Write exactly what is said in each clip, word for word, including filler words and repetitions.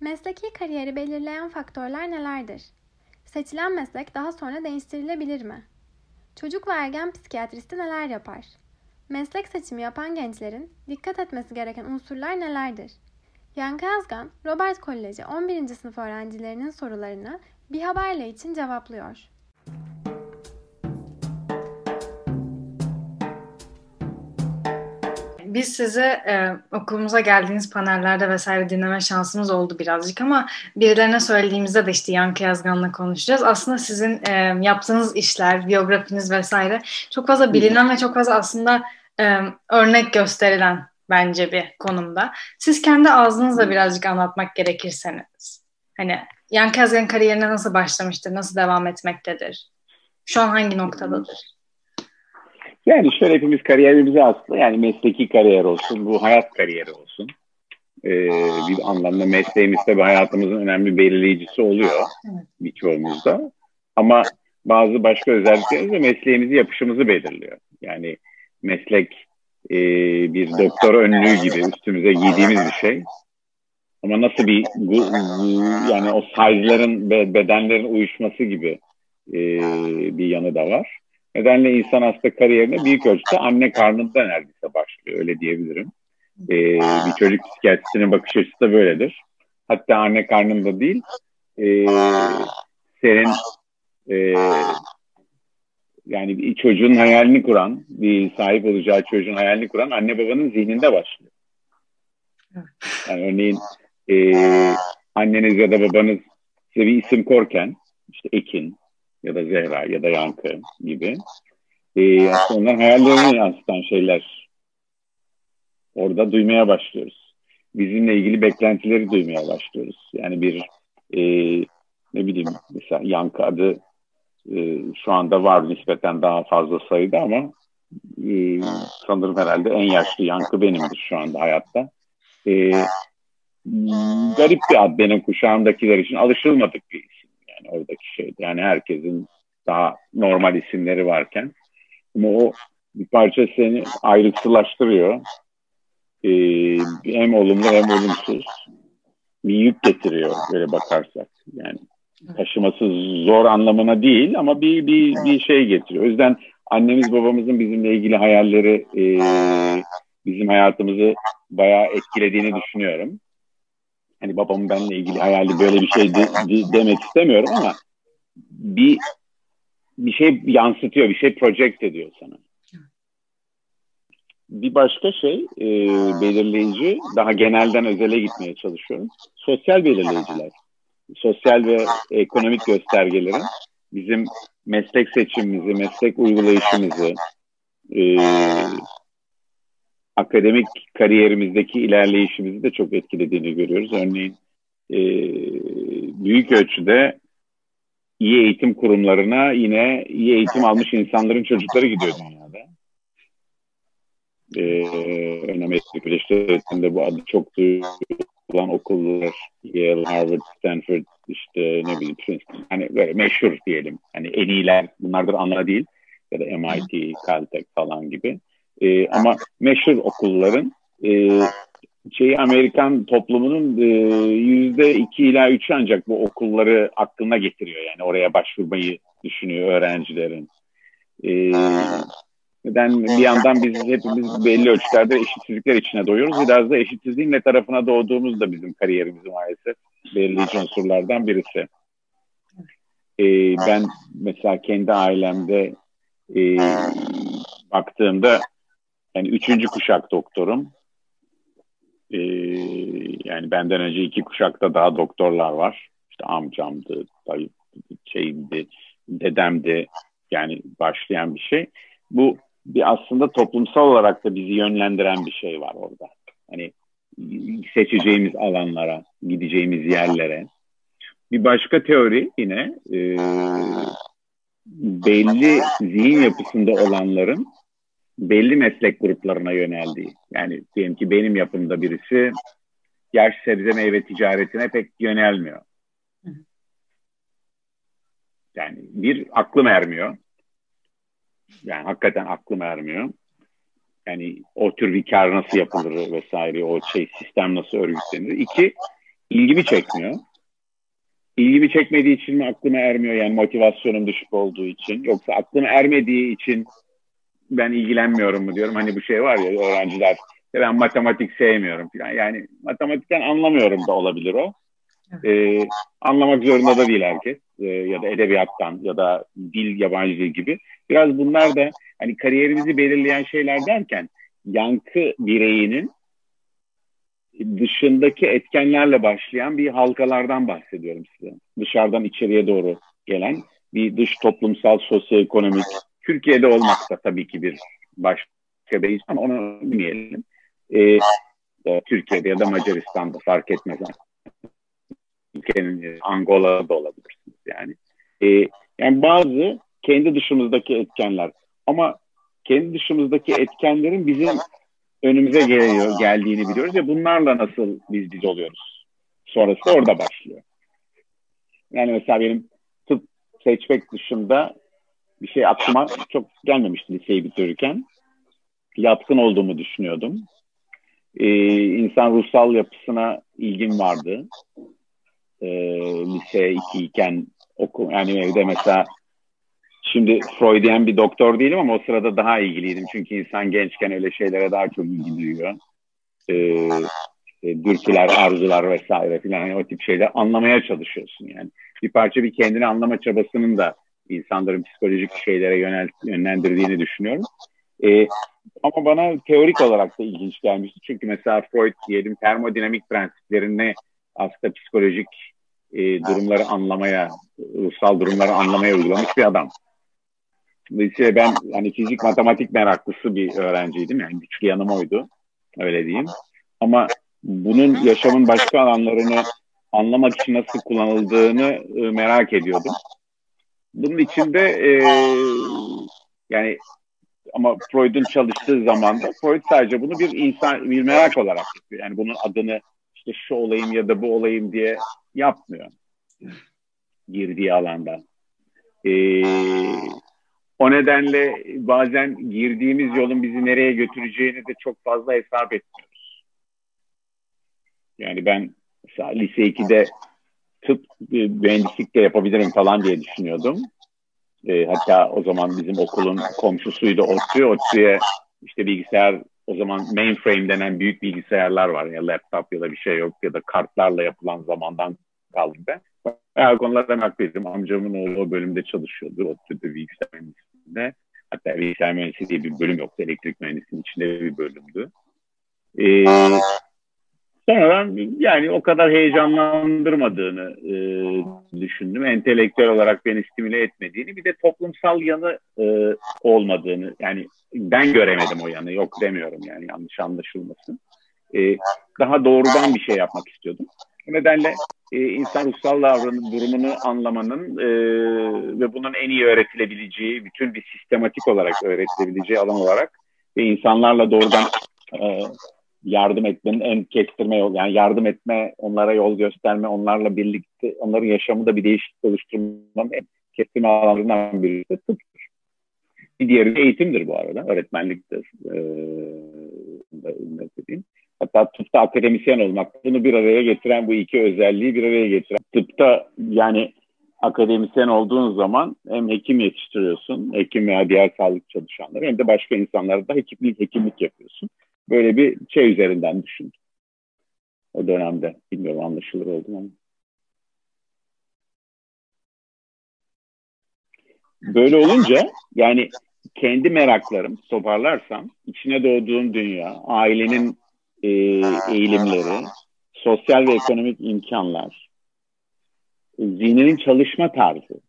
Mesleki kariyeri belirleyen faktörler nelerdir? Seçilen meslek daha sonra değiştirilebilir mi? Çocuk ve ergen psikiyatristi neler yapar? Meslek seçimi yapan gençlerin dikkat etmesi gereken unsurlar nelerdir? Yankı Yazgan, Robert Koleji on birinci sınıf öğrencilerinin sorularını bir haberle için cevaplıyor. Biz sizi e, okulumuza geldiğiniz panellerde vesaire dinleme şansımız oldu birazcık ama birilerine söylediğimizde de işte Yankı Yazgan'la konuşacağız. Aslında sizin e, yaptığınız işler, biyografiniz vesaire çok fazla bilinen ve çok fazla aslında e, örnek gösterilen bence bir konumda. Siz kendi ağzınızla birazcık anlatmak gerekirseniz. Hani Yankı Yazgan kariyerine nasıl başlamıştır, nasıl devam etmektedir? Şu an hangi noktadadır? Yani şöyle hepimiz kariyerimizi aslında yani mesleki kariyer olsun, bu hayat kariyeri olsun. Ee, bir anlamda mesleğimiz tabii hayatımızın önemli belirleyicisi oluyor birçoğumuzda. Ama bazı başka özelliklerimiz de mesleğimizi, yapışımızı belirliyor. Yani meslek e, bir doktor önlüğü gibi üstümüze giydiğimiz bir şey. Ama nasıl bir yani o size'ların ve bedenlerin uyuşması gibi e, bir yanı da var. Nedenle insan aslında kariyerine büyük ölçüde anne karnında neredeyse başlıyor, öyle diyebilirim. Ee, bir çocuk psikiyatrisinin bakış açısı da böyledir. Hatta anne karnında değil, e, senin e, yani bir çocuğun hayalini kuran, bir sahip olacağı çocuğun hayalini kuran anne babanın zihninde başlıyor. Yani örneğin e, anneniz ya da babanız size bir isim korken, işte Ekin ya da Zehra ya da Yankı gibi e, aslında onların hayallerini yansıtan şeyler orada duymaya başlıyoruz. Bizimle ilgili beklentileri duymaya başlıyoruz. Yani bir e, ne bileyim mesela Yankı adı e, şu anda var nispeten daha fazla sayıda ama e, sanırım herhalde en yaşlı Yankı benimdir şu anda hayatta. E, garip bir ad benim kuşağımdakiler için, alışılmadık bir isim yani oradaki şeydi. Yani herkesin daha normal isimleri varken ama o bir parça seni ayrıksılaştırıyor. Ee, hem olumlu hem olumsuz bir yük getiriyor böyle bakarsak. Yani taşıması zor anlamına değil ama bir bir bir şey getiriyor. O yüzden annemiz babamızın bizimle ilgili hayalleri e, bizim hayatımızı bayağı etkilediğini düşünüyorum. Hani babamın benimle ilgili hayali böyle bir şey de, de, demek istemiyorum ama bir bir şey yansıtıyor, bir şey project ediyor sana. Bir başka şey e, belirleyici, daha genelden özele gitmeye çalışıyorum. Sosyal belirleyiciler, sosyal ve ekonomik göstergelerin bizim meslek seçimimizi, meslek uygulayışımızı, e, akademik kariyerimizdeki ilerleyişimizi de çok etkilediğini görüyoruz. Örneğin e, büyük ölçüde iyi eğitim kurumlarına yine iyi eğitim almış insanların çocukları gidiyor dünyada. Ee, Amerika Birleşik Devletleri'nde bu adı çok duyulan okullar, Yale, Harvard, Stanford, işte ne bileyim Princeton, hani böyle meşhur diyelim, hani en iyiler bunlardır anla değil, ya da M I T, Caltech falan gibi. Ee, ama meşhur okulların e, şeyi Amerikan toplumunun yüzde iki ila üç ancak bu okulları aklına getiriyor, yani oraya başvurmayı düşünüyor öğrencilerin. Ee, Neden bir yandan biz hepimiz belli ölçülerde eşitsizlikler içine doğuyoruz. Biraz da eşitsizliğin ne tarafına doğduğumuz da bizim kariyerimizi maalesef belirleyici unsurlardan birisi. Ee, ben mesela kendi ailemde e, baktığımda yani üçüncü kuşak doktorum. Ee, yani benden önce iki kuşakta daha doktorlar var. İşte amcamdı, dayı, şeydi, dedemdi, yani başlayan bir şey. Bu bir aslında toplumsal olarak da bizi yönlendiren bir şey var orada. Hani seçeceğimiz alanlara, gideceğimiz yerlere. Bir başka teori yine e, belli zihin yapısında olanların belli meslek gruplarına yöneldiği. Yani diyelim ki benim yapımda birisi yaş sebze meyve ticaretine pek yönelmiyor. Yani bir, aklım ermiyor. Yani hakikaten aklım ermiyor. Yani o tür bir kar nasıl yapılır vesaire, o şey sistem nasıl örgütlenir. İki, ilgimi çekmiyor. İlgimi çekmediği için mi aklıma ermiyor, yani motivasyonum düşük olduğu için, yoksa aklıma ermediği için ben ilgilenmiyorum mu diyorum. Hani bu şey var ya, öğrenciler ben matematik sevmiyorum falan. Yani matematikten anlamıyorum da olabilir o. Ee, anlamak zorunda da değil herkes. Ee, ya da edebiyattan ya da dil, yabancı dil gibi. Biraz bunlar da hani kariyerimizi belirleyen şeyler derken yankı bireyinin dışındaki etkenlerle başlayan bir halkalardan bahsediyorum size. Dışarıdan içeriye doğru gelen bir dış toplumsal, sosyoekonomik, Türkiye'de olmakta tabii ki bir başka bir ama onu bilmeyelim. Ee, Türkiye'de ya da Macaristan'da fark etmez. Ülkenin Angola'da olabilirsiniz yani. Ee, yani bazı kendi dışımızdaki etkenler, ama kendi dışımızdaki etkenlerin bizim önümüze geliyor, geldiğini biliyoruz ve bunlarla nasıl biz biz oluyoruz. Sonrası da orada başlıyor. Yani mesela benim tıp seçmek dışında bir şey aklıma çok gelmemişti liseyi bitirirken. Yatkın olduğumu düşünüyordum. Ee, insan ruhsal yapısına ilgim vardı. Ee, lise iki iken oku, yani evde mesela, şimdi Freudian bir doktor değilim ama o sırada daha ilgiliydim. Çünkü insan gençken öyle şeylere daha çok ilgi duyuyor. Ee, e, dürtüler, arzular vesaire filan, yani o tip şeyler anlamaya çalışıyorsun yani. Bir parça bir kendini anlama çabasının da insanların psikolojik şeylere yönel, yönlendirdiğini düşünüyorum. Ee, ama bana teorik olarak da ilginç gelmişti. Çünkü mesela Freud diyelim termodinamik prensiplerini aslında psikolojik e, durumları anlamaya, ruhsal durumları anlamaya uygulamış bir adam. Dolayısıyla ben hani fizik, matematik meraklısı bir öğrenciydim. Yani güçlü yanım oydu. Öyle diyeyim. Ama bunun yaşamın başka alanlarını anlamak için nasıl kullanıldığını e, merak ediyordum. Bunun için de e, yani ama Freud'un çalıştığı zamanda Freud sadece bunu bir insan, bir merak olarak yapıyor. Yani bunun adını işte şu olayım ya da bu olayım diye yapmıyor. Girdiği alanda. Ee, o nedenle bazen girdiğimiz yolun bizi nereye götüreceğini de çok fazla hesap etmiyoruz. Yani ben mesela lise ikide tıp, mühendislik de yapabilirim falan diye düşünüyordum. E, hatta o zaman bizim okulun komşusuydu ODTÜ. ODTÜ'ye işte bilgisayar, o zaman mainframe denen büyük bilgisayarlar var. Ya laptop ya da bir şey yok ya da kartlarla yapılan zamandan kaldım ben. Her konularda meraklıydım. Amcamın oğlu o bölümde çalışıyordu. ODTÜ'de bilgisayar mühendisliğinde. Hatta bilgisayar mühendisliği diye bir bölüm yoktu. Elektrik mühendisliğinin içinde bir bölümdü. Ee, Sonradan yani o kadar heyecanlandırmadığını e, düşündüm. Entelektüel olarak beni stimüle etmediğini, bir de toplumsal yanı e, olmadığını, yani ben göremedim o yanı, yok demiyorum yani, yanlış anlaşılmasın. E, daha doğrudan bir şey yapmak istiyordum. O nedenle e, insan ruhsal davranış durumunu anlamanın e, ve bunun en iyi öğretilebileceği, bütün bir sistematik olarak öğretilebileceği alan olarak ve insanlarla doğrudan e, yardım etmenin en kestirme yol, yani yardım etme, onlara yol gösterme, onlarla birlikte onların yaşamında bir değişiklik oluşturmanın en kestirme alanlarından birisi tıptır. Bir diğeri de eğitimdir bu arada, öğretmenliktir. Ee, Hatta tıpta akademisyen olmak, bunu bir araya getiren, bu iki özelliği bir araya getiren. Tıpta yani akademisyen olduğun zaman hem hekim yetiştiriyorsun, hekim veya diğer sağlık çalışanları, hem de başka insanlara da hekimlik, hekimlik yapıyorsun. Böyle bir şey üzerinden düşündüm. O dönemde. Bilmiyorum anlaşılır oldu mu? Böyle olunca yani kendi meraklarım, toparlarsam, içine doğduğum dünya, ailenin e, eğilimleri, sosyal ve ekonomik imkanlar, zihninin çalışma tarzı.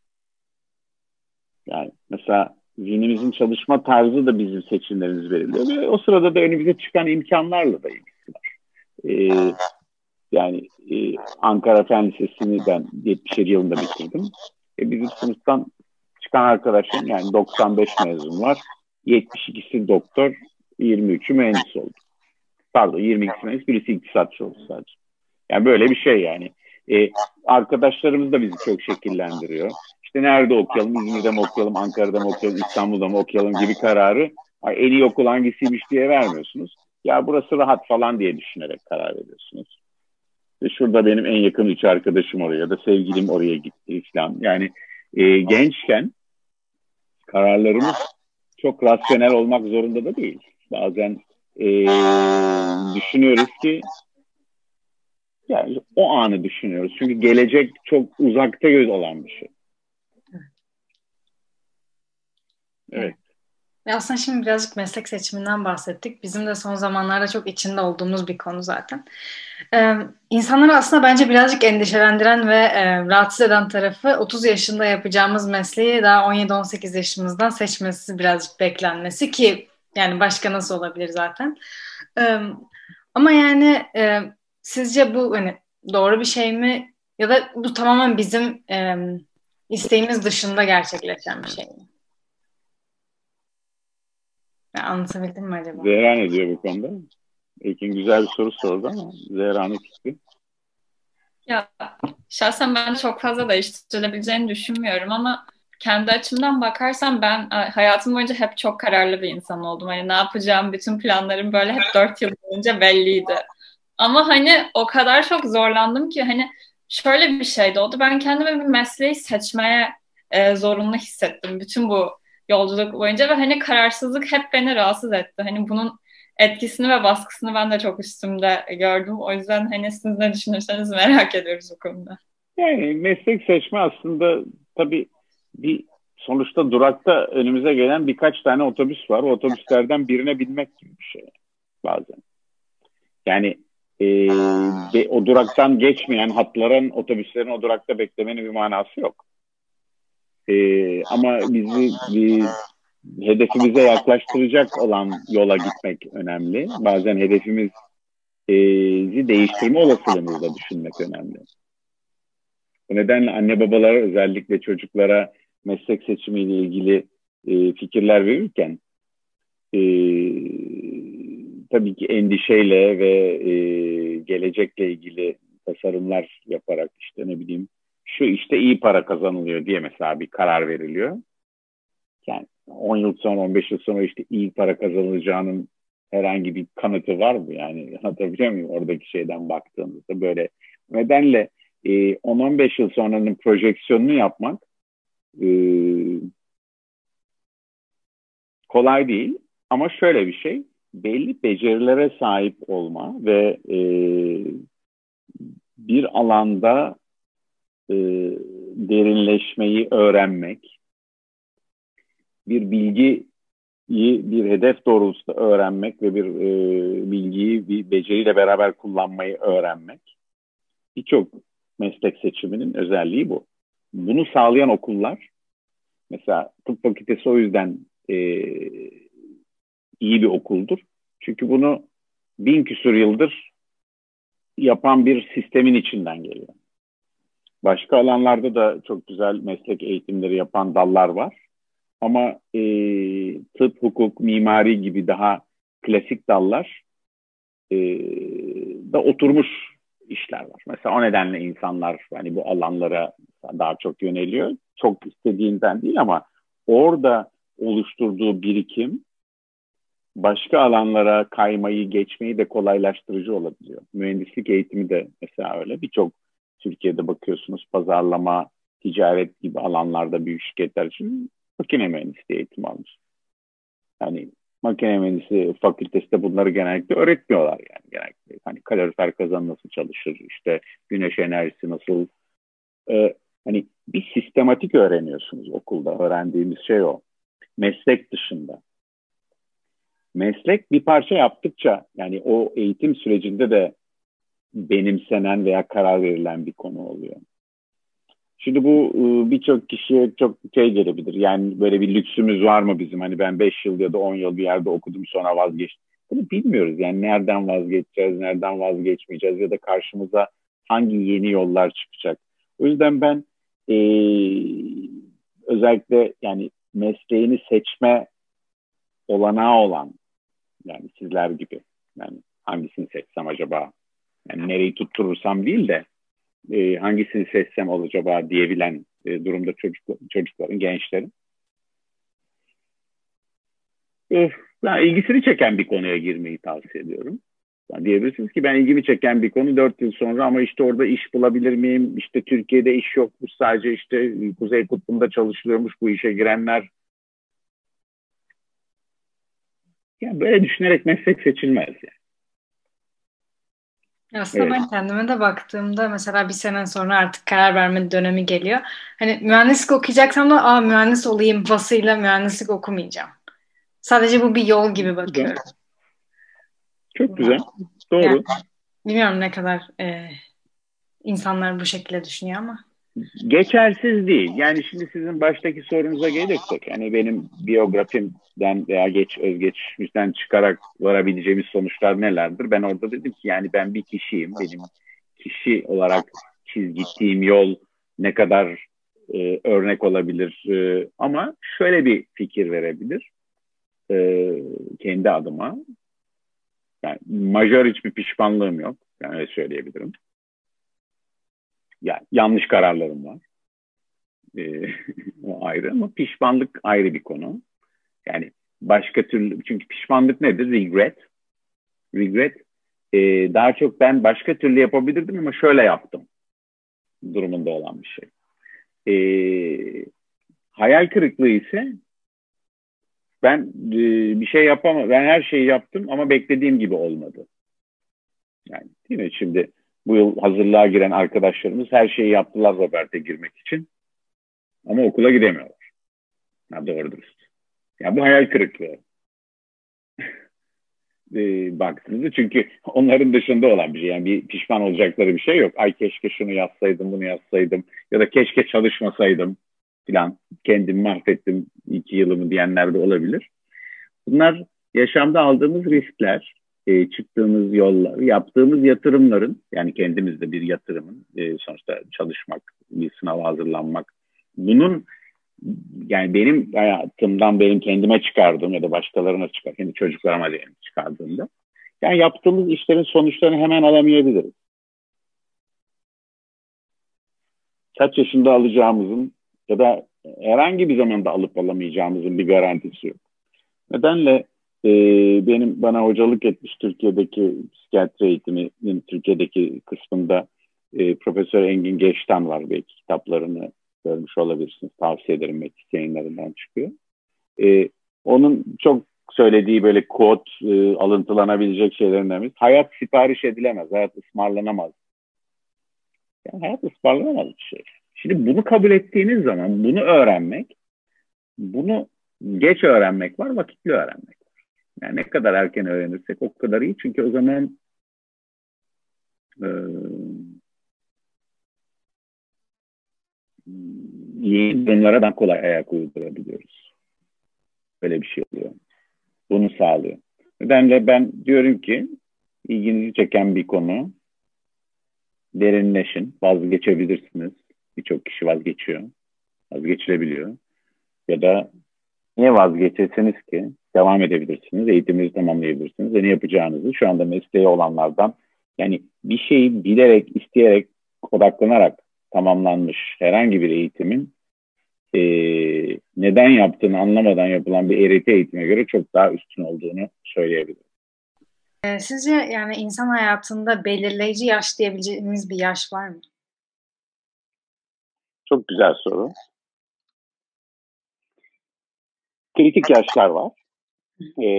Yani mesela zihnimizin çalışma tarzı da bizim seçimlerimizi belirliyor ve o sırada da önümüze çıkan imkanlarla da ilgisi var. Ee, yani e, Ankara Fen Lisesi'ni ben yetmiş yedi yılında bitirdim. E, bizim sınıftan çıkan arkadaşım, yani doksan beş mezun var. yetmiş ikisi doktor, yirmi üçü mühendis oldu. Pardon, yirmi ikisi mühendis, birisi iktisatçı oldu sadece. Yani böyle bir şey yani. E, arkadaşlarımız da bizi çok şekillendiriyor. İşte nerede okuyalım, İzmir'de mi okuyalım, Ankara'da mı okuyalım, İstanbul'da mı okuyalım gibi kararı en iyi okul hangisiymiş diye vermiyorsunuz. Ya burası rahat falan diye düşünerek karar veriyorsunuz. İşte şurada benim en yakın üç arkadaşım oraya ya da sevgilim oraya gitti falan. Yani e, gençken kararlarımız çok rasyonel olmak zorunda da değil. Bazen e, düşünüyoruz ki yani o anı düşünüyoruz. Çünkü gelecek çok uzakta göz olan bir şey. Evet. Ve aslında şimdi birazcık meslek seçiminden bahsettik. Bizim de son zamanlarda çok içinde olduğumuz bir konu zaten. Ee, insanları aslında bence birazcık endişelendiren ve e, rahatsız eden tarafı otuz yaşında yapacağımız mesleği daha on yedi on sekiz yaşımızdan seçmesi birazcık beklenmesi ki yani başka nasıl olabilir zaten. Ee, ama yani e, sizce bu hani doğru bir şey mi ya da bu tamamen bizim e, isteğimiz dışında gerçekleşen bir şey mi? Ya, anlatabildim mi acaba? Zehra ne diyor bu konuda? Ekin güzel bir soru sordu ama Zehra'nın fikri. Ya şahsen ben çok fazla değiştirilebileceğini düşünmüyorum ama kendi açımdan bakarsam ben e, hayatım boyunca hep çok kararlı bir insan oldum. Hani ne yapacağım, bütün planlarım böyle hep dört yıl boyunca belliydi. Ama hani o kadar çok zorlandım ki hani şöyle bir şey de oldu. Ben kendime bir mesleği seçmeye e, zorunlu hissettim bütün bu yolculuk boyunca ve hani kararsızlık hep beni rahatsız etti. Hani bunun etkisini ve baskısını ben de çok üstümde gördüm. O yüzden hani siz ne düşünürseniz merak ediyoruz bu konuda. Yani meslek seçme aslında tabii bir sonuçta durakta önümüze gelen birkaç tane otobüs var. O otobüslerden birine binmek gibi bir şey bazen. Yani e, de, o duraktan geçmeyen hatların, otobüslerin o durakta beklemenin bir manası yok. E, ama bizi bir hedefimize yaklaştıracak olan yola gitmek önemli. Bazen hedefimizi değiştirme olasılığımızı da düşünmek önemli. Bu nedenle anne babalar özellikle çocuklara meslek seçimiyle ilgili e, fikirler verirken e, tabii ki endişeyle ve e, gelecekle ilgili tasarımlar yaparak işte ne bileyim şu işte iyi para kazanılıyor diye mesela bir karar veriliyor. Yani on yıl sonra on beş yıl sonra işte iyi para kazanılacağının herhangi bir kanıtı var mı? Yani hatırlıyor muyum oradaki şeyden baktığımızda böyle. O nedenle e, on on beş yıl sonranın projeksiyonunu yapmak e, kolay değil. Ama şöyle bir şey, belli becerilere sahip olma ve e, bir alanda e, derinleşmeyi öğrenmek, bir bilgiyi bir hedef doğrultusunda öğrenmek ve bir e, bilgiyi bir beceriyle beraber kullanmayı öğrenmek. Birçok meslek seçiminin özelliği bu. Bunu sağlayan okullar, mesela tıp fakültesi o yüzden e, iyi bir okuldur. Çünkü bunu bin küsur yıldır yapan bir sistemin içinden geliyor. Başka alanlarda da çok güzel meslek eğitimleri yapan dallar var. Ama e, tıp, hukuk, mimari gibi daha klasik dallar e, da oturmuş işler var. Mesela o nedenle insanlar hani bu alanlara daha çok yöneliyor. Çok istediğinden değil ama orada oluşturduğu birikim başka alanlara kaymayı, geçmeyi de kolaylaştırıcı olabiliyor. Mühendislik eğitimi de mesela öyle. Birçok Türkiye'de bakıyorsunuz pazarlama, ticaret gibi alanlarda büyük şirketler için makine mühendisliği eğitimi almış. Yani makine mühendisliği fakültesi de bunları genellikle öğretmiyorlar yani genellikle. Hani kalorifer kazan nasıl çalışır, işte güneş enerjisi nasıl, e, hani bir sistematik öğreniyorsunuz okulda. Öğrendiğimiz şey o. Meslek dışında. Meslek bir parça yaptıkça yani o eğitim sürecinde de benimsenen veya karar verilen bir konu oluyor. Şimdi bu birçok kişiye çok şey gelebilir. Yani böyle bir lüksümüz var mı bizim? Hani ben beş yıl ya da on yıl bir yerde okudum sonra vazgeçtim. Bunu bilmiyoruz. Yani nereden vazgeçeceğiz, nereden vazgeçmeyeceğiz ya da karşımıza hangi yeni yollar çıkacak. O yüzden ben e, özellikle yani mesleğini seçme olanağı olan yani sizler gibi yani hangisini seçsem acaba yani nereyi tutturursam değil de e, hangisini seçsem acaba diyebilen e, durumda çocuk, çocukların, gençlerin. E, yani ilgisini çeken bir konuya girmeyi tavsiye ediyorum. Yani diyebilirsiniz ki ben ilgimi çeken bir konu dört yıl sonra ama işte orada iş bulabilir miyim? İşte Türkiye'de iş yokmuş, sadece işte Kuzey Kutbu'nda çalışılıyormuş bu işe girenler. Yani böyle düşünerek meslek seçilmez yani. Aslında Evet. ben kendime de baktığımda mesela bir sene sonra artık karar verme dönemi geliyor. Hani mühendislik okuyacaksam da aa mühendis olayım vasıyla mühendislik okumayacağım. Sadece bu bir yol gibi Güzel. bakıyorum. Çok güzel. Doğru. Yani, bilmiyorum ne kadar e, insanlar bu şekilde düşünüyor ama. Geçersiz değil. Yani şimdi sizin baştaki sorunuza gelirsek, hani benim biyografimden veya geç özgeçmişten çıkarak varabileceğimiz sonuçlar nelerdir? Ben orada dedim ki yani ben bir kişiyim. Benim kişi olarak çizgittiğim yol ne kadar e, örnek olabilir? E, ama şöyle bir fikir verebilir e, kendi adıma. Yani majör hiçbir pişmanlığım yok. Yani öyle söyleyebilirim. Yani yanlış kararlarım var. Ee, o ayrı ama pişmanlık ayrı bir konu. Yani başka türlü, çünkü pişmanlık nedir? Regret. Regret e, daha çok ben başka türlü yapabilirdim ama şöyle yaptım durumunda olan bir şey. E, hayal kırıklığı ise ben e, bir şey yapamam. Ben her şeyi yaptım ama beklediğim gibi olmadı. Yani değil mi? Şimdi bu yıl hazırlığa giren arkadaşlarımız her şeyi yaptılar Robert'e girmek için ama okula gidemiyorlar. Ha, doğru dürüst. Yani bu hayal kırıklığı. E, baktığınızda çünkü onların dışında olan bir şey. Yani bir pişman olacakları bir şey yok. Ay keşke şunu yazsaydım, bunu yazsaydım ya da keşke çalışmasaydım falan. Kendimi mahvettim iki yılımı diyenler de olabilir. Bunlar yaşamda aldığımız riskler, e, çıktığımız yollar, yaptığımız yatırımların, yani kendimizde bir yatırımın, e, sonuçta çalışmak, bir sınava hazırlanmak. Bunun yani benim hayatımdan benim kendime çıkardığım ya da başkalarına çıkar, kendi çocuklarıma diyelim çıkardığımda, yani yaptığımız işlerin sonuçlarını hemen alamayabiliriz. Kaç yaşında alacağımızın ya da herhangi bir zamanda alıp alamayacağımızın bir garantisi yok. Nedenle e, benim bana hocalık etmiş Türkiye'deki psikiyatri eğitiminin Türkiye'deki kısmında e, Profesör Engin Geçtan var. Belki kitaplarını görmüş olabilirsiniz. Tavsiye ederim. Metis yayınlarından çıkıyor. E, onun çok söylediği böyle kod e, alıntılanabilecek şeylerinden biri. Hayat sipariş edilemez. Hayat ısmarlanamaz. Yani hayat ısmarlanamaz bir şey. Şimdi bunu kabul ettiğiniz zaman bunu öğrenmek, bunu geç öğrenmek var, vakitli öğrenmek var. Yani ne kadar erken öğrenirsek o kadar iyi. Çünkü o zaman e, yeni durumlara daha kolay ayak uydurabiliyoruz. Böyle bir şey oluyor. Bunu sağlıyor. Nedenle ben diyorum ki ilginizi çeken bir konu, derinleşin, vazgeçebilirsiniz. Birçok kişi vazgeçiyor. Vazgeçilebiliyor. Ya da niye vazgeçesiniz ki? Devam edebilirsiniz, eğitiminizi tamamlayabilirsiniz ve ne yapacağınızı şu anda mesleği olanlardan, yani bir şeyi bilerek, isteyerek, odaklanarak tamamlanmış herhangi bir eğitimin e, neden yaptığını anlamadan yapılan bir E R T eğitime göre çok daha üstün olduğunu söyleyebilirim. E, sizce yani insan hayatında belirleyici yaş diyebileceğimiz bir yaş var mı? Çok güzel soru. Kritik yaşlar var. Ee,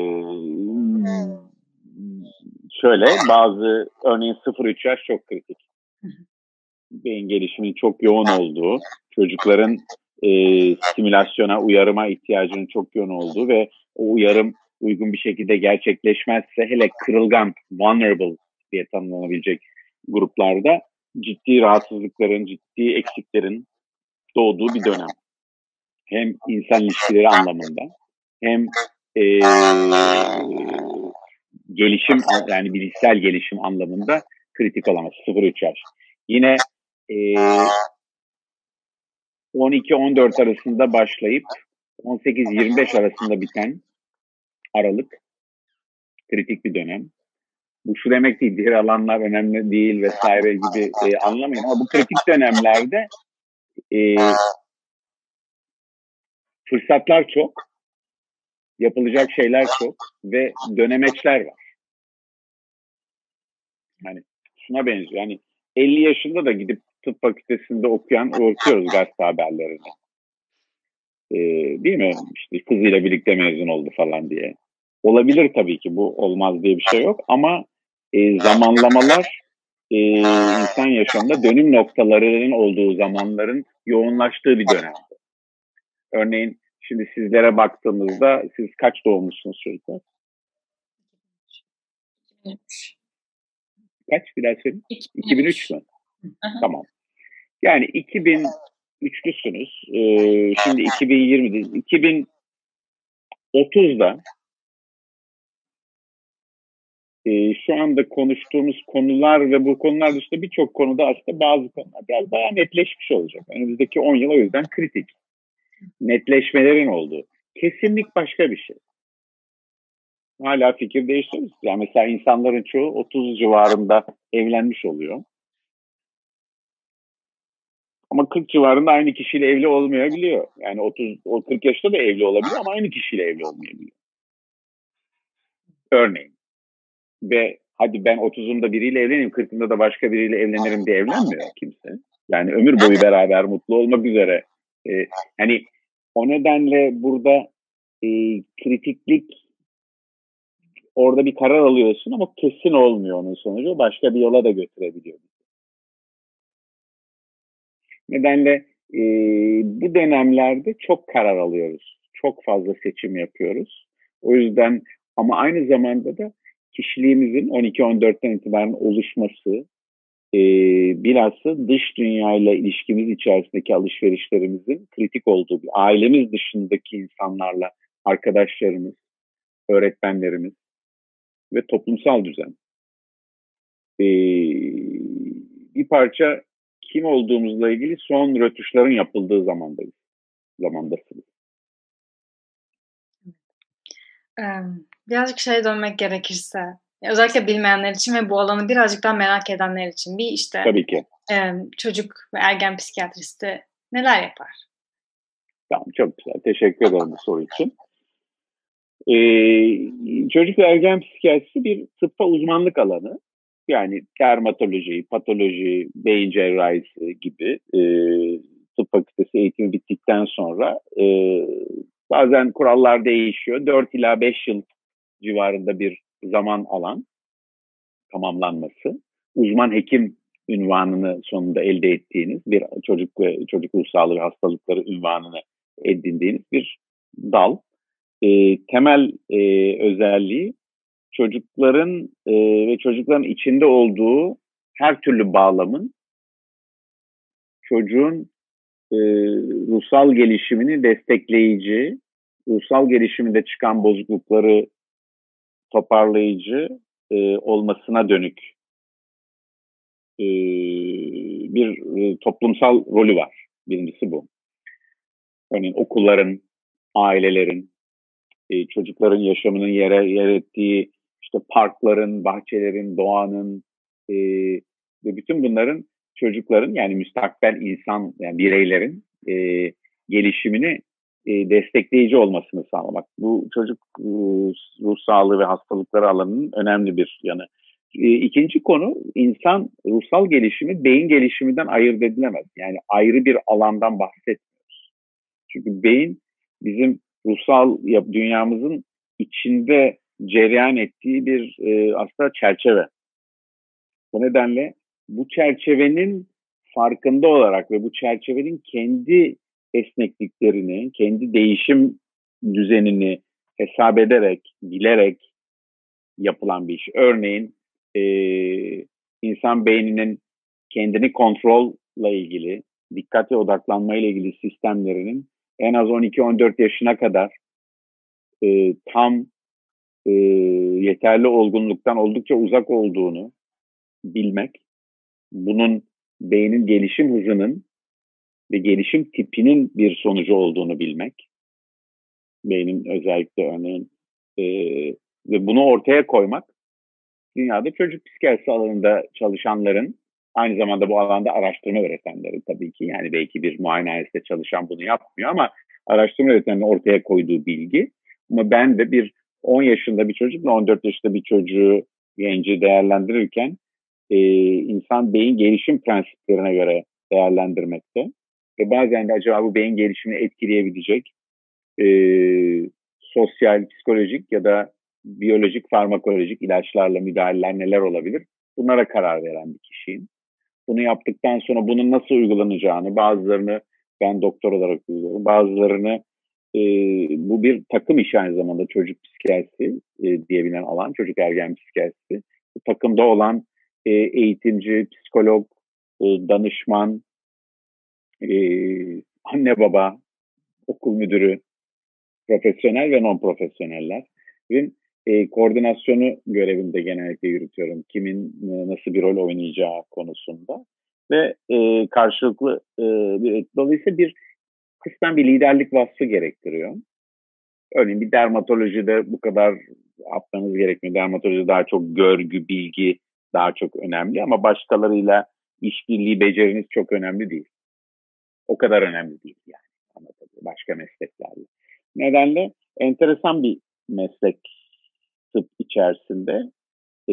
şöyle bazı, örneğin sıfır üç yaş çok kritik. Beyin gelişiminin çok yoğun olduğu, çocukların e, stimülasyona, uyarıma ihtiyacının çok yoğun olduğu ve o uyarım uygun bir şekilde gerçekleşmezse, hele kırılgan, vulnerable diye tanımlanabilecek gruplarda ciddi rahatsızlıkların, ciddi eksiklerin doğduğu bir dönem. Hem insan ilişkileri anlamında, hem e, gelişim, yani bilişsel gelişim anlamında kritik olamaz. sıfır üç yaş. Yine e, on iki on dört arasında başlayıp on sekiz yirmi beş arasında biten aralık kritik bir dönem. Bu şu demek değil, diğer alanlar önemli değil vesaire gibi e, anlamayın ama bu kritik dönemlerde e, fırsatlar çok, yapılacak şeyler çok ve dönemeçler var. Yani şuna benziyor. Yani elli yaşında da gidip tıp fakültesinde okuyan okuyoruz gazete haberlerini. Ee, değil mi? İşte kızıyla birlikte mezun oldu falan diye. Olabilir tabii ki, bu olmaz diye bir şey yok ama e, zamanlamalar e, insan yaşamında dönüm noktalarının olduğu zamanların yoğunlaştığı bir dönem. Örneğin şimdi sizlere baktığımızda siz kaç doğmuşsunuz çocuklar? Kaç? Bir daha söyleyeyim. iki bin üç mü? Tamam. Yani iki bin üçlüsünüz. Ee, şimdi iki bin yirmide, iki bin otuzda e, şu anda konuştuğumuz konular ve bu konular dışında birçok konuda aslında bazı konular biraz daha netleşmiş olacak. Önümüzdeki on yıl o yüzden kritik. Netleşmelerin olduğu. Kesinlik başka bir şey. Hala fikir değiştiriyoruz. Yani mesela insanların çoğu otuz civarında evlenmiş oluyor. Ama kırk civarında aynı kişiyle evli olmayabiliyor. Yani otuz, o kırk yaşta da evli olabiliyor ama aynı kişiyle evli olmayabiliyor. Örneğin. Ve hadi ben otuzumda biriyle evleneyim, kırkımda da başka biriyle evlenirim diye evlenmiyor kimse. Yani ömür boyu beraber mutlu olmak üzere. Ee, hani o nedenle burada e, kritiklik, orada bir karar alıyorsun ama kesin olmuyor onun sonucu. Başka bir yola da götürebiliyor. Nedenle e, bu dönemlerde çok karar alıyoruz. Çok fazla seçim yapıyoruz. O yüzden ama aynı zamanda da kişiliğimizin on iki on dörtten itibaren oluşması, e, bilhassa dış dünyayla ilişkimiz içerisindeki alışverişlerimizin kritik olduğu, bir ailemiz dışındaki insanlarla arkadaşlarımız, öğretmenlerimiz ve toplumsal düzen. E, bir parça kim olduğumuzla ilgili son rötuşların yapıldığı zamandayız. Zamandasınız. Birazcık şeye dönmek gerekirse, özellikle bilmeyenler için ve bu alanı birazcık daha merak edenler için bir işte Tabii ki. çocuk ve ergen psikiyatristi neler yapar? Tamam, çok güzel. Teşekkür ederim bu soru için. Ee, çocuk ve ergen psikiyatrisi bir tıbba uzmanlık alanı. Yani dermatoloji, patoloji, beyin cerrahisi gibi e, tıp fakültesi eğitimi bittikten sonra e, bazen kurallar değişiyor. dört ila beş yıl civarında bir zaman alan tamamlanması. Uzman hekim ünvanını sonunda elde ettiğiniz, bir çocuk ve çocuk ruh sağlığı hastalıkları ünvanını edindiğiniz bir dal. E, temel e, özelliği çocukların e, ve çocukların içinde olduğu her türlü bağlamın çocuğun e, ruhsal gelişimini destekleyici, ruhsal gelişiminde çıkan bozuklukları toparlayıcı e, olmasına dönük e, bir e, toplumsal rolü var. Birincisi bu. Örneğin okulların, ailelerin, e, çocukların yaşamının yere yer ettiği işte parkların, bahçelerin, doğanın e, ve bütün bunların çocukların, yani müstakbel insan, yani bireylerin e, gelişimini e, destekleyici olmasını sağlamak. Bu çocuk e, ruh sağlığı ve hastalıkları alanının önemli bir yanı. E, ikinci konu, insan ruhsal gelişimi beyin gelişiminden ayırt edilemez. Yani ayrı bir alandan bahsetmiyoruz. Çünkü beyin bizim ruhsal dünyamızın içinde cereyan ettiği bir e, aslında çerçeve. Bu nedenle bu çerçevenin farkında olarak ve bu çerçevenin kendi esnekliklerini, kendi değişim düzenini hesap ederek, bilerek yapılan bir iş. Örneğin e, insan beyninin kendini kontrolla ilgili, dikkat ve odaklanma ile ilgili sistemlerinin en az on iki on dört yaşına kadar e, tam e, yeterli olgunluktan oldukça uzak olduğunu bilmek, bunun beynin gelişim hızının ve gelişim tipinin bir sonucu olduğunu bilmek, beynin özellikle örneğin e, ve bunu ortaya koymak, dünyada çocuk psikiyatrisi alanında çalışanların, aynı zamanda bu alanda araştırma öğretenleri tabii ki, yani belki bir muayenehanesinde çalışan bunu yapmıyor ama araştırma öğretmeninin ortaya koyduğu bilgi. Ama ben de bir on yaşında bir çocukla on dört yaşında bir çocuğu, genci değerlendirirken e, insan beyin gelişim prensiplerine göre değerlendirmekte. Ve bazen de acaba bu beyin gelişimini etkileyebilecek e, sosyal, psikolojik ya da biyolojik, farmakolojik ilaçlarla müdahaleler neler olabilir? Bunlara karar veren bir kişiyim. Bunu yaptıktan sonra bunun nasıl uygulanacağını, bazılarını ben doktor olarak uyguluyorum, bazılarını e, bu bir takım işi aynı zamanda çocuk psikiyatrisi e, diyebilen alan, çocuk ergen psikiyatrisi. Bu takımda olan e, eğitimci, psikolog, e, danışman, e, anne baba, okul müdürü, profesyonel ve non-profesyonellerin e, koordinasyonu görevinde genellikle yürütüyorum. Kimin e, nasıl bir rol oynayacağı konusunda. Ve e, karşılıklı e, bir, dolayısıyla bir kısmen bir liderlik vasfı gerektiriyor. Örneğin bir dermatolojide bu kadar atmanız gerekmiyor. Dermatolojide daha çok görgü, bilgi daha çok önemli ama başkalarıyla işbirliği beceriniz çok önemli değil. O kadar önemli değil yani. Anlatabiliyor. Başka mesleklerle. Nedenle enteresan bir meslek tıp içerisinde. E,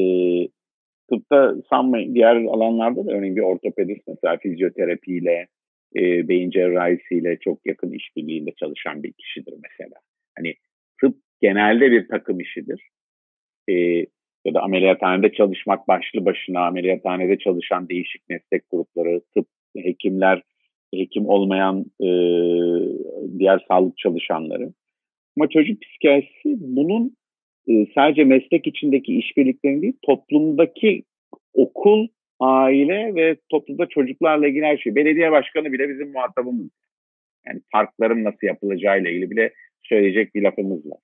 tıpta sanmayın diğer alanlarda da örneğin bir ortopedist mesela fizyoterapiyle, e, beyin cerrahisiyle çok yakın işbirliğinde çalışan bir kişidir mesela. Hani tıp genelde bir takım işidir. E, ya da ameliyathanede çalışmak başlı başına, ameliyathanede çalışan değişik meslek grupları, tıp, hekimler, hekim olmayan e, diğer sağlık çalışanları. Ama çocuk psikiyatrisi bunun e, sadece meslek içindeki işbirliklerini değil, toplumdaki okul, aile ve toplumda çocuklarla ilgili her şey. Belediye başkanı bile bizim muhatabımız. Yani parkların nasıl yapılacağıyla ilgili bile söyleyecek bir lafımız var.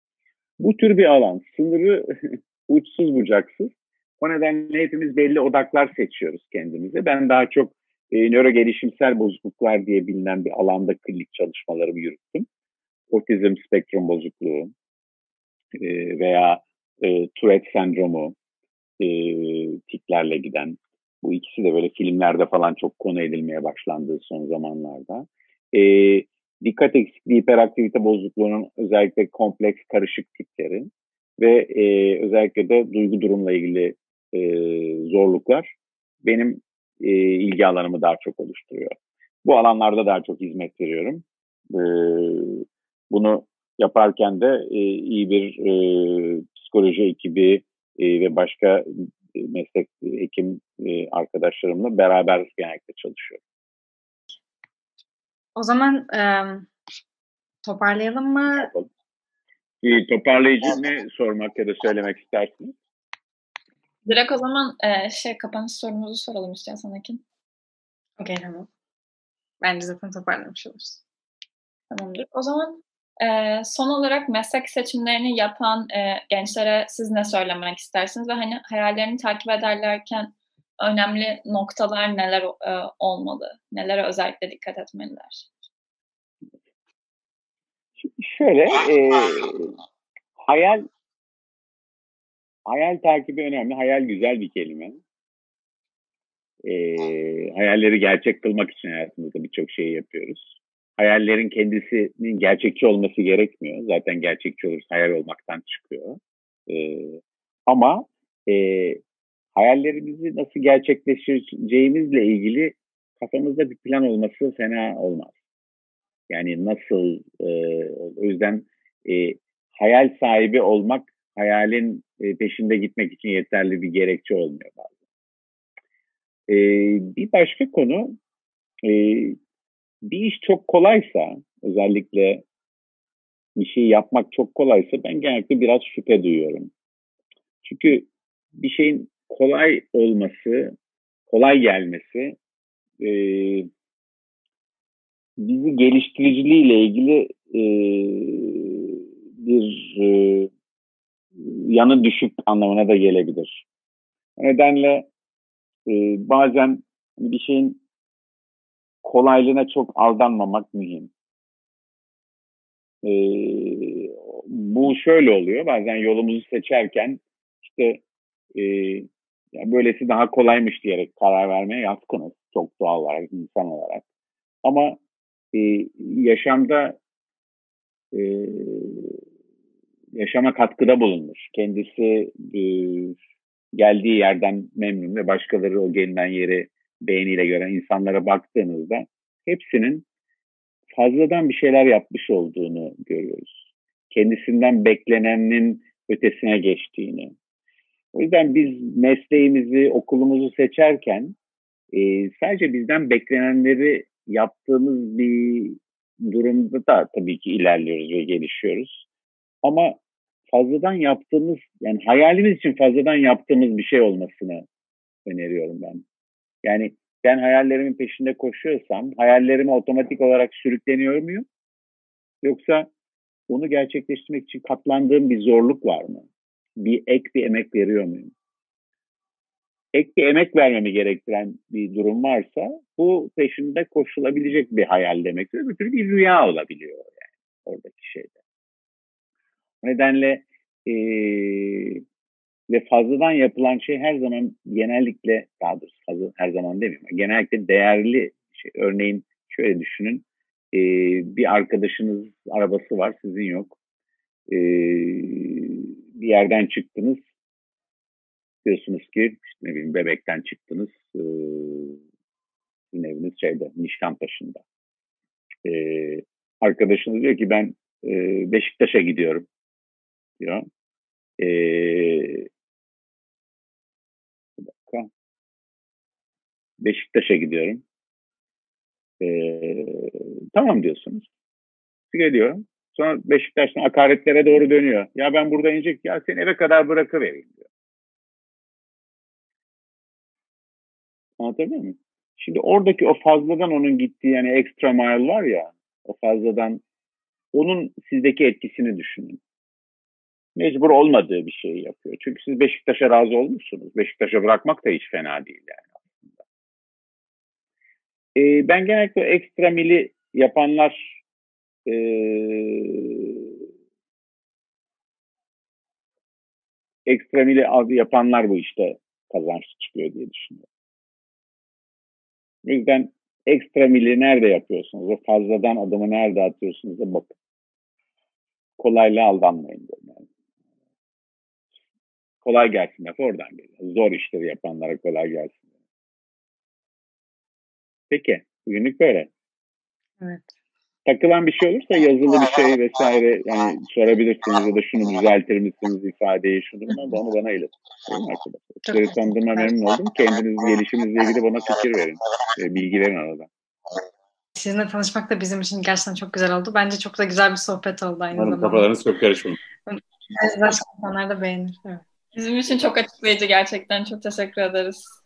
Bu tür bir alan. Sınırı uçsuz bucaksız. O nedenle hepimiz belli odaklar seçiyoruz kendimize. Ben daha çok e, nöro gelişimsel bozukluklar diye bilinen bir alanda klinik çalışmalarımı yürüttüm. Otizm spektrum bozukluğu e, veya e, Tourette sendromu, e, tiklerle giden. Bu ikisi de böyle filmlerde falan çok konu edilmeye başlandığı son zamanlarda. E, dikkat eksikliği, hiperaktivite bozukluğunun özellikle kompleks karışık tipleri ve e, özellikle de duygu durumla ilgili e, zorluklar benim e, ilgi alanımı daha çok oluşturuyor. Bu alanlarda daha çok hizmet veriyorum. E, bunu yaparken de e, iyi bir e, psikoloji ekibi e, ve başka e, meslek hekim e, arkadaşlarımla beraber genellikle çalışıyorum. O zaman e, toparlayalım mı? E, toparlayıcı ne sormak ya da söylemek istersiniz? Direkt o zaman e, şey kapanış sorumuzu soralım istiyorsan Ekin. Okey, tamam. Bence zaten toparlamış oluruz. Tamamdır. O zaman e, son olarak meslek seçimlerini yapan e, gençlere siz ne söylemek istersiniz ve hani hayallerini takip ederlerken önemli noktalar neler e, olmalı? Nelere özellikle dikkat etmeliler? Şöyle e, hayal hayal takibi önemli. Hayal güzel bir kelime. E, hayalleri gerçek kılmak için hayatımızda birçok şey yapıyoruz. Hayallerin kendisinin gerçekçi olması gerekmiyor. Zaten gerçekçi olursa hayal olmaktan çıkıyor. E, ama e, hayallerimizi nasıl gerçekleştireceğimizle ilgili kafamızda bir plan olması fena olmaz. Yani nasıl, e, o yüzden e, hayal sahibi olmak hayalin e, peşinde gitmek için yeterli bir gerekçe olmuyor bazen. E, bir başka konu, e, bir iş çok kolaysa, özellikle bir şey yapmak çok kolaysa ben genellikle biraz şüphe duyuyorum. Çünkü bir şeyin kolay olması, kolay gelmesi e, bizi geliştiriciliğiyle ilgili e, bir e, yanı düşük anlamına da gelebilir. O nedenle e, bazen bir şeyin kolaylığına çok aldanmamak mühim. E, bu şöyle oluyor. Bazen yolumuzu seçerken işte e, yani böylesi daha kolaymış diyerek karar vermeye yatkınız. Çok doğal olarak, insan olarak. Ama e, yaşamda e, yaşama katkıda bulunmuş. Kendisi e, geldiği yerden memnun ve başkaları o gelinen yeri beğeniyle gören insanlara baktığınızda hepsinin fazladan bir şeyler yapmış olduğunu görüyoruz. Kendisinden beklenenin ötesine geçtiğini. O yüzden biz mesleğimizi, okulumuzu seçerken e, sadece bizden beklenenleri yaptığımız bir durumda da tabii ki ilerliyoruz ve gelişiyoruz. Ama fazladan yaptığımız, yani hayalimiz için fazladan yaptığımız bir şey olmasını öneriyorum ben. Yani ben hayallerimin peşinde koşuyorsam, hayallerime otomatik olarak sürükleniyor muyum? Yoksa onu gerçekleştirmek için katlandığım bir zorluk var mı? Bir ek bir emek veriyor muyum? Ek bir emek vermemi gerektiren bir durum varsa bu peşinde koşulabilecek bir hayal demek. Öbür türlü bir rüya olabiliyor yani oradaki şeyde. O nedenle ee, ve fazladan yapılan şey her zaman genellikle, daha doğrusu fazla, her zaman demiyorum, genellikle değerli şey. Örneğin şöyle düşünün, ee, bir arkadaşınız arabası var, sizin yok. Ee, bir yerden çıktınız, diyorsunuz ki işte ne bileyim Bebek'ten çıktınız, ee, sizin eviniz şeyde, Nişantaşı'nda. Ee, arkadaşınız diyor ki ben e, Beşiktaş'a gidiyorum diyor. Ee, Beşiktaş'a gidiyorum. Ee, tamam diyorsunuz. Geliyor. Sonra Beşiktaş'tan akaretlere doğru dönüyor. Ya ben burada inecek, ya seni eve kadar bırakıvereyim diyor. Anlatabiliyor muyum? Şimdi oradaki o fazladan onun gittiği yani extra mile var ya, o fazladan onun sizdeki etkisini düşünün. Mecbur olmadığı bir şeyi yapıyor. Çünkü siz Beşiktaş'a razı olmuşsunuz. Beşiktaş'a bırakmak da hiç fena değil yani aslında. Ee, ben genellikle ekstra mili yapanlar ee, ekstra mili yapanlar bu işte kazançlı çıkıyor diye düşünüyorum. O yüzden ekstra mili nerede yapıyorsunuz? O fazladan adımı nerede atıyorsunuz da bakın. Kolaylığa aldanmayın diyorum yani. Kolay gelsin lafı oradan geliyor. Zor işleri yapanlara kolay gelsin. Peki. Bugünlük böyle. Evet. Takılan bir şey olursa yazılı bir şey vesaire yani sorabilirsiniz ya da şunu düzeltir misiniz ifadeyi şunu bunu onu bana iletin. Değil mi arkadaşlar? Sizleri tanıdığıma memnun oldum. Kendiniz gelişiminizle ilgili bana fikir verin. Bilgi verin arada. Sizinle tanışmak da bizim için gerçekten çok güzel oldu. Bence çok da güzel bir sohbet oldu aynı Umarım zamanda. kafalarınız çok karışmadı. Başka insanlar da beğenir. Evet. Bizim için çok açıklayıcı gerçekten. Çok teşekkür ederiz.